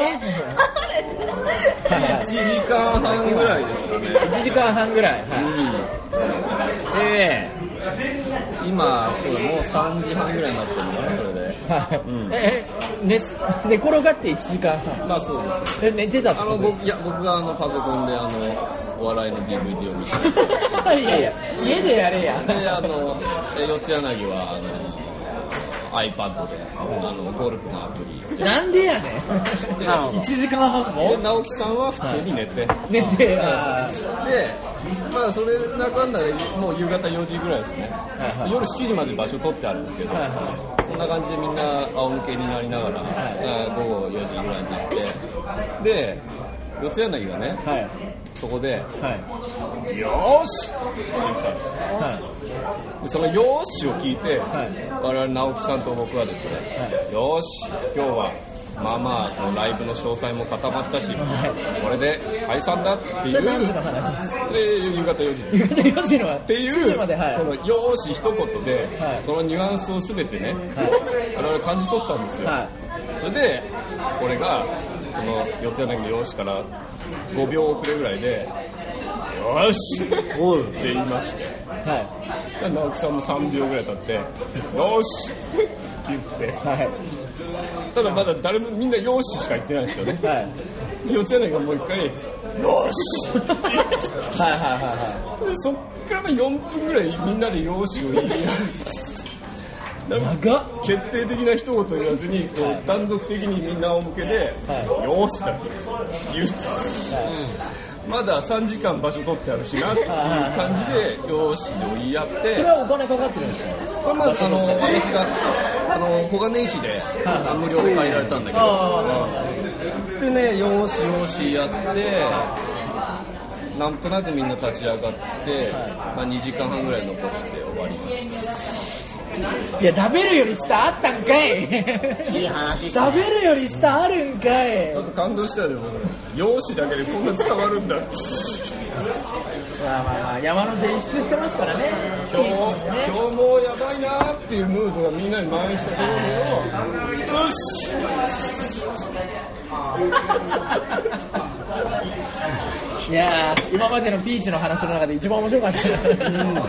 いちじかんはんぐらいですよねいちじかんはんぐらい、はいうん、で今そうだもうさんじはんぐらいになってるのかなそれで、はいうん、 え寝寝転がっていちじかんはんまあそうですねえ寝てたってことですか？ あの僕いや僕があのパソコンであのお笑いの ディーブイディー を見ていやいや家でやれやであの四谷柳はあの iPad で、あのゴルフのアプリなんでやねんいちじかんはんもで直樹さんは普通に寝て、はい、 寝て、 あでまあそれなかんだでもう夕方よじぐらいですね、はいはい、夜しちじまで場所取ってあるんですけど、はいはい、そんな感じでみんな仰向けになりながら、はい、午後よじぐらいになってで四谷柳がね、はい、そこで、はい、よーしって言ったんですよ、はい、でそのよーしを聞いて、はい、我々直樹さんと僕はですね、はい、よーし今日はまあまあライブの詳細も固まったし、はい、これで解散だっていう。 それ何時の話ですで夕方よじ夕方よじのっていうしちじまで、はい、 そのよーし一言で、はい、そのニュアンスをすべてね、はい、我々感じ取ったんですよ、はい、それで俺がその四谷柳のよーしからごびょう遅れぐらいでよーしって言いまして、はい、直樹さんもさんびょうぐらい経ってよーしって言って、はい、ただまだ誰もみんなよーししか言ってないんですよね、はい、四谷柳がもう一回よーしって言ってはいはいはいはいでそっからよんぷんぐらいみんなでよーしを言い長っ決定的な一言言わずにこう、はい、断続的にみんな仰向けで、はい、よーしだけ言う、はい、まださんじかん場所取ってあるしなっていう感じでよーしを言い合ってそれはお金かかってるんですかこれまずあの私があの小金井市で、はい、無料で借りられたんだけどでねよーしよーしやってなんとなくみんな立ち上がって、はいまあ、にじかんはんぐらい残して終わりましたいや食べるより下あったんかいいい話っすね食べるより下あるんかいちょっと感動したよね容姿だけでこんな伝わるんだまあまあまあ山の手一周してますからね今日も、ね、今日もやばいなっていうムードがみんなに蔓延したところをよしいや今までのピーチの話の中で一番面白かったうん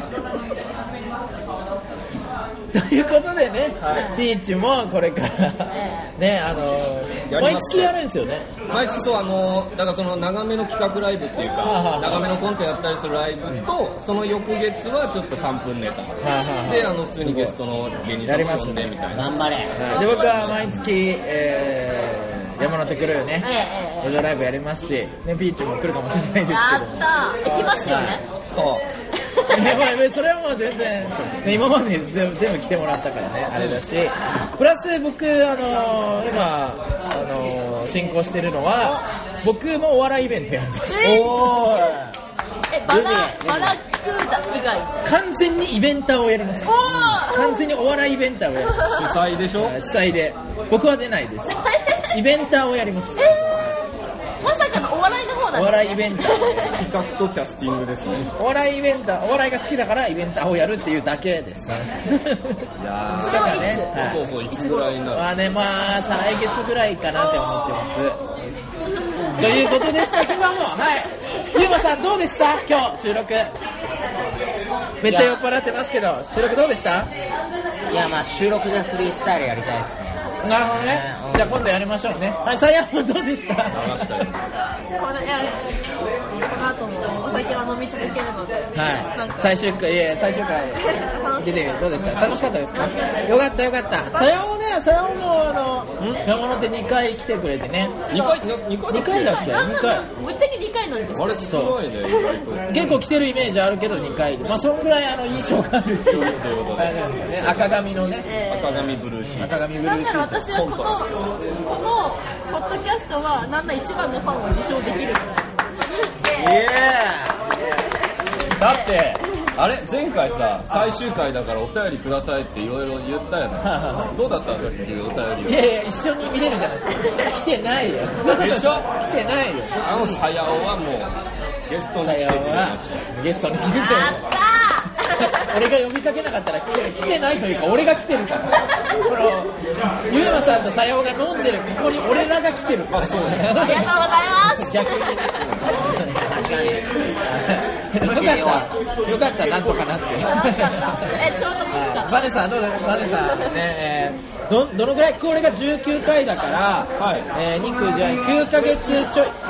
ということでね、はい、ピーチもこれからねあの毎月やるんですよね毎月そうあのだからその長めの企画ライブっていうか、はあはあ、長めのコントやったりするライブと、うん、その翌月はちょっとさんぷんネタ、はあはあ、であの普通にゲストの芸人さんを呼んでみたいな頑張れ、 はい、で僕は毎月、えー、山手クルーね路上ライブやりますし、ね、ピーチも来るかもしれないですけどやった行きますよね、 はいいやまあそれはもう全然今まで全部全部来てもらったからねあれだしプラス僕あの今あの進行してるのは僕もお笑いイベントやります、 えー、おーえバラバラクーダ以外完全にイベンターをやります完全にお笑いイベンターをやります主催でしょ主催で僕は出ないですイベンターをやります、 えーまさかのお笑いの方なんですね。 お笑いイベンター企画とキャスティングですね。 お笑いイベンター、お笑いが好きだからイベンターをやるっていうだけです。いやーそれはいつ、ねはい、そうそういつぐらいになる。 まあねまあ再来月ぐらいかなって思ってます。ということでしたけども、はい。ゆうまさんどうでした？今日収録。めっちゃ酔っ払ってますけど収録どうでした？ いやまあ収録でフリースタイルやりたいですね。 なるほどね、うん、じゃあ今度やりましょうねはい、さやもどうでした？ 流したよこのいやこの後もお酒は飲み続けるのではい最終回いや最終回出てどうでした楽しかったですか？よかったよかったさやもねさやもあの山手にかい来てくれてねにかいにかいにかいだっけにかいぶっちゃけにかいなんですあれすごいね意外と結構来てるイメージあるけどにかいでまあそんぐらいあの印象があるっていうあれですよね赤髪のね、 えー、赤髪ブルーシート赤髪ブルーシート私はこのこのポッドキャストはなんだ一番のファンを自称できるイエーだってあれ前回さ最終回だからお便りくださいっていろいろ言ったよねどうだったんですかっていうお便りいやいや一緒に見れるじゃないですか来てないよでしょ来てないよあのさやおはもうゲストに来てくれましたゲストに来てくれました俺が呼びかけなかったら来て, 来てないというか俺が来てるからこのゆうまさんとさやおが飲んでるここに俺らが来てるからそうですありがとうございます逆にね確かによかったよかったなんとかなって楽しかったえ超楽しかったバネさんどうだバネさんね、えー、ど, どのぐらいこれがじゅうきゅうかいだから、はいえー、肉じゃきゅうかげつちょい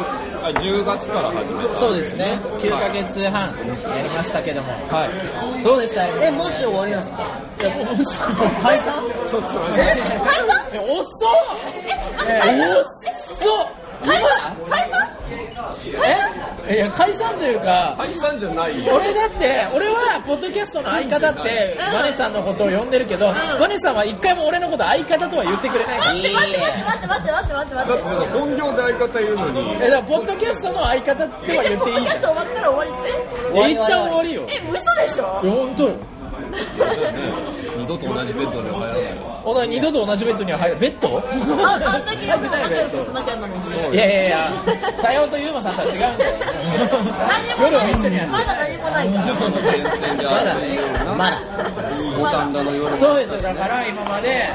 じゅうがつから始めた。 そうですね、きゅうかげつはんやりましたけども、はい、どうでした？ え、もし終わりなんですか？ いや、もうもし解散？ ちょっと待って。 解散？ え、遅っえ、解散？ 遅っ解散？解散？ えいや、解散というか、 解散じゃないよ。 俺だって、俺はポッドキャストの相方ってバネさんのことを呼んでるけど、バネさんは一回も俺のこと相方とは言ってくれないから。 待って待って待って待って待って待って待って待って。 だって本業で相方いるのに。 え、だからポッドキャストの相方っては言っていいじゃん。 ポッドキャスト終わったら終わりって？ え、一旦終わりよ。 え、嘘でしょ？ いや、ほんとよ。 二度と同じベッドには入らないよ。 お前二度と同じベッドには入る。ベッド？ あ、あんだけ入ってないベッド。 仲良くなのに。 いやいやいや、さようとゆうまさんとは違うんだよ。夜は一緒にやる。 まだ何もないから。 まだね。 まだ。 五反田の夜。 そうですよ、だから今まで、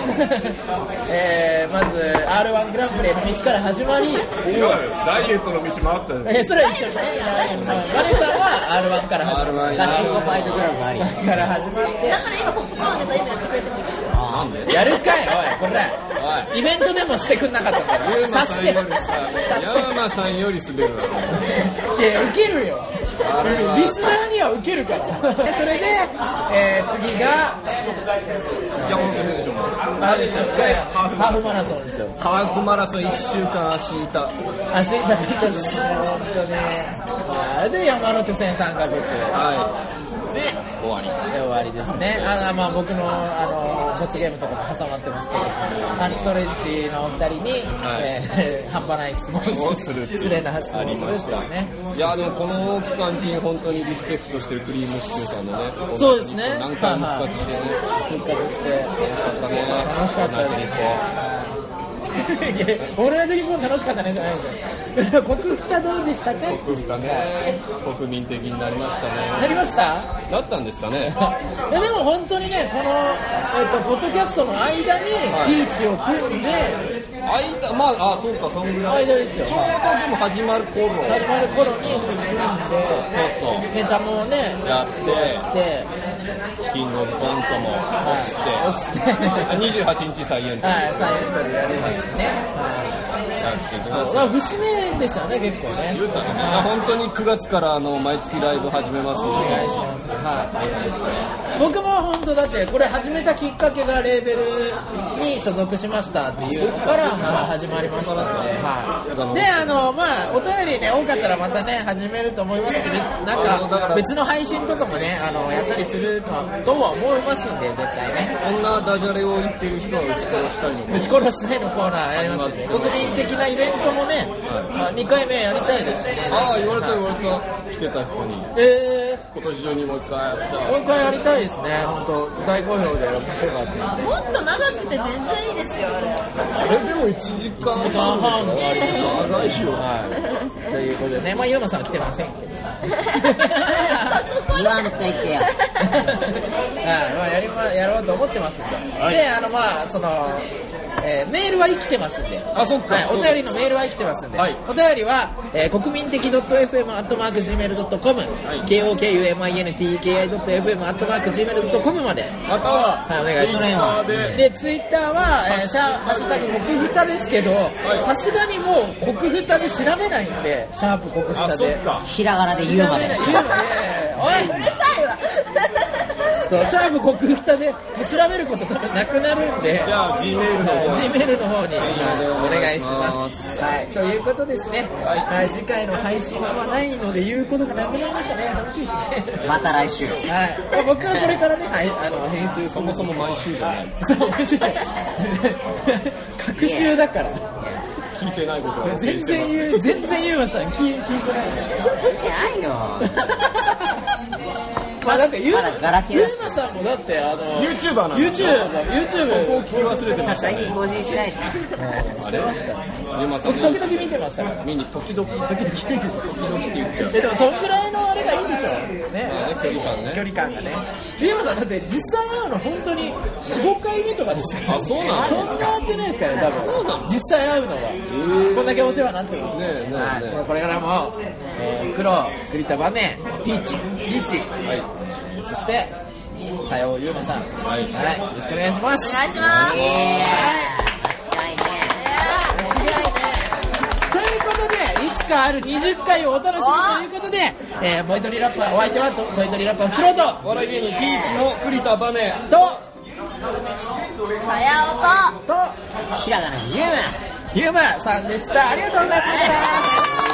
えー、まず アールワン グランプリの道から始まり、 違うよ、ダイエットの道もあったよ。 えー、それは一緒にね。バネさんは アールワン から始まり、 ガチンコファイトクラブがあり。 から始まって、 だから今ポップコーンネタ今やってくれてるんですよ。 なんで？ やるかい、おい、これ。イベントでもしてくんなかったんだよ。 ユーマさんよりさ、ヤーマさんより滑るわ。 いや、ウケるよ。リスナーにはウケるから。でそれで、えー、次が、 いや、本当にでしょ。 あれですよ、ハーフマラソンですよ。 ハーフマラソンいっしゅうかん足痛。 足痛かったですね、本当ね。で、山手線さんかげつ。はい。で、 終わり。 で、終わりですね。あの、まあ、僕の、あの、罰ゲームとかも挟まってますけど、アンチストレッチのお二人に、はい、えー、半端ない質問をする。失礼な質問をするっていうね。 いや、でもこの期間中に本当にリスペクトしてるクリームシチューさんのね。 そうですね。 何回も復活してね。 復活して。楽しかったね。楽しかったですね。俺の時も楽しかったねじゃないですよ。国ふたどうでしたか？ 国ふたね、国民的になりましたね。 なりました？ なったんですかね。 いやでも本当にね、この、えーと、ポッドキャストの間にリーチを組んで、 はい、間、まあ、あ、そうか、そんぐらい。 間ですよ。 ちょうどでも始まる頃。 始まる頃に組んで、 そうそう。 ネタもね、 やって、 で、 キングオブコントも落ちて、 はい、落ちてにじゅうはちにち再エントリー。 はい、再エントリーやりますしね。はい。まあ、節目でしたね、結構ね。 言うたらね、はい、本当にくがつからあの毎月ライブ始めますので。 お願いします。はい。お願いします。僕も本当だってこれ始めたきっかけがレーベルに所属しましたっていうのから、まあ、始まりましたので、はい。で、あのまあお便りね多かったらまたね始めると思いますし、なんか別の配信とかもねあのやったりするとは思いますんで絶対ね。 こんなダジャレを言ってる人は打ち殺したいのか。 打ち殺したいのコーナーやりますよね。国民的なイベントもね、はい、にかいめやりたいですしね。 ああ言われた言われた来てた人に。 えー、 今年中にもう一回やった。 もう一回やりたいですね。本当大好評で面白かったんで。 もっと長くて全然いいですよあれ。 あれでもいちじかんいちじかんはんもありますよ。 長いよ。 はい。ということでね、まあゆうまさんは来てませんけど。 言わんといてよ。 はい、まあやりまやろうと思ってますんで。はい、で、あのまあその。えー、メールは生きてますんで、 あ、そっか、 はい、お便りのメールは生きてますんで、はい、お便りは、えー、国民的 .fm アットマーク gmail.com、はい、kokumintki.fm アットマーク gmail.com まで、 または、 はい、お願いします。で、ツイッターは、えー、シャハッシュタグ国ふたですけど、さすがにもう国ふたで調べないんで、シャープ国ふたで。 ひらがなで言うまで。 言うまで。おい、 うるさいわ。 そう、シャープ国ふたで調べること多分なくなるんで、 じゃあ G メールの方 G メールの方に、はい、お願いします。はい、ということですね。はい、はい、次回の配信はないので言うことがなくなりましたね。楽しいですね。 また来週。 はい。僕はこれからね、はい、あの編集そもそも毎週じゃない。 そう、毎週。隔週だから。 聞いてないことは全然言う全然言うましたね。聞いてない。 いやよ。 まあだってゆうまさんもだってあの YouTuber なんですよ。YouTube そこを聞き忘れてましたね。 最近更新しないし。 あれますからね。 ゆうまさん僕時々見てましたから。 見に時々時々時々って言っちゃう。 えでもそんぐらいのあれがいいでしょ。ね。 距離感ね。 距離感がね。ゆうまさんだって実際会うの本当によん、ごかいめとかですから。 あ、そうなんですか。 そんな会ってないですからね多分。そうなん実際会うのは。こんだけお世話になってますね。はい。これからも黒栗田バネピーチピーチ。はい。そしてさようゆうまさん、はい、はい、よろしくお願いします。 お願いします。 はい、間違いね。間違いね。ということでいつかあるにじゅっかいをお楽しみということで、えー、ポイトリーラッパーお相手はポイトリーラッパーフクロウと笑い芸人ピーチの栗田バネとさやおととひらがなユーマユーマさんでした。ありがとうございました。